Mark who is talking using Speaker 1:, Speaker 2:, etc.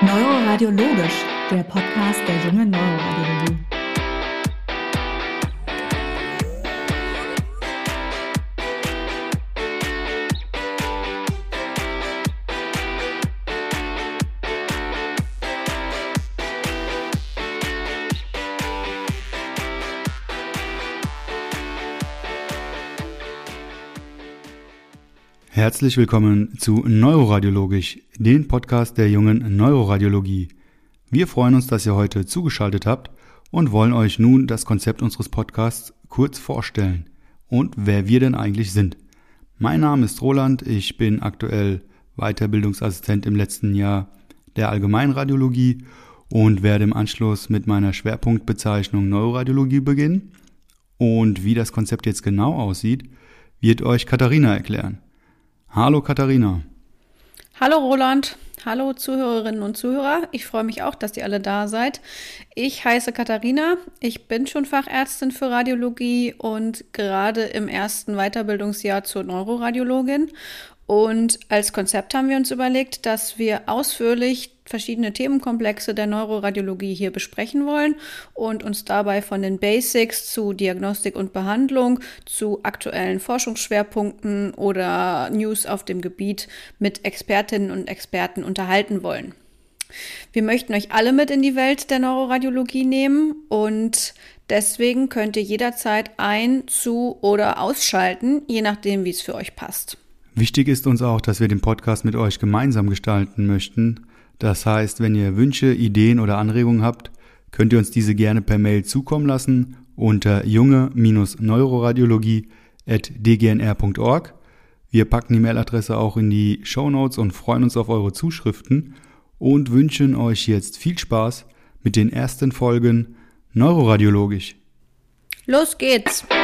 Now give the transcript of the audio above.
Speaker 1: Neuroradiologisch, der Podcast der jungen Neuroradiologie.
Speaker 2: Herzlich willkommen zu Neuroradiologisch, den Podcast der jungen Neuroradiologie. Wir freuen uns, dass ihr heute zugeschaltet habt und wollen euch nun das Konzept unseres Podcasts kurz vorstellen und wer wir denn eigentlich sind. Mein Name ist Roland, ich bin aktuell Weiterbildungsassistent im letzten Jahr der Allgemeinradiologie und werde im Anschluss mit meiner Schwerpunktbezeichnung Neuroradiologie beginnen. Und wie das Konzept jetzt genau aussieht, wird euch Katharina erklären. Hallo Katharina.
Speaker 3: Hallo Roland, hallo Zuhörerinnen und Zuhörer. Ich freue mich auch, dass ihr alle da seid. Ich heiße Katharina, ich bin schon Fachärztin für Radiologie und gerade im ersten Weiterbildungsjahr zur Neuroradiologin. Und als Konzept haben wir uns überlegt, dass wir ausführlich verschiedene Themenkomplexe der Neuroradiologie hier besprechen wollen und uns dabei von den Basics zu Diagnostik und Behandlung, zu aktuellen Forschungsschwerpunkten oder News auf dem Gebiet mit Expertinnen und Experten unterhalten wollen. Wir möchten euch alle mit in die Welt der Neuroradiologie nehmen und deswegen könnt ihr jederzeit ein-, zu- oder ausschalten, je nachdem, wie es für euch passt.
Speaker 2: Wichtig ist uns auch, dass wir den Podcast mit euch gemeinsam gestalten möchten. Das heißt, wenn ihr Wünsche, Ideen oder Anregungen habt, könnt ihr uns diese gerne per Mail zukommen lassen unter junge-neuroradiologie@dgnr.org. Wir packen die Mailadresse auch in die Shownotes und freuen uns auf eure Zuschriften und wünschen euch jetzt viel Spaß mit den ersten Folgen Neuroradiologisch.
Speaker 3: Los geht's!